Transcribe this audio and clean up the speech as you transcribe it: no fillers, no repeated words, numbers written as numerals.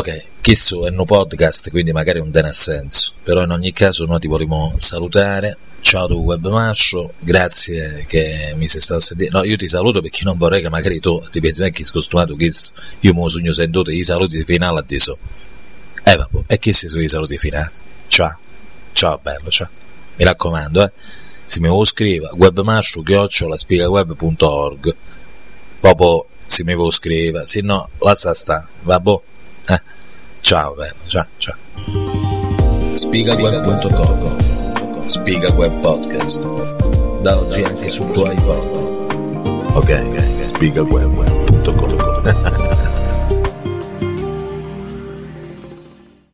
Ok, questo è un podcast, quindi magari non tiene senso, però in ogni caso noi ti vogliamo salutare. Ciao tu webmaster, grazie che mi sei stato a sentire. No, io ti saluto perché non vorrei che magari tu ti pensi che scostumato che io mo sogno sentito i saluti finali a diso. Vabbè, e chi si sono i saluti finali? Ciao bello, ciao. Mi raccomando, se mi vuoi scrivere webmaster@spigaweb.org, proprio se mi vuoi scrivere, se no lascia stare, vabbè. Ciao bello, ciao. Spigaweb.com, Spiga Web Podcast, da oggi anche sul tuo iPhone. Ok, spigaweb.com.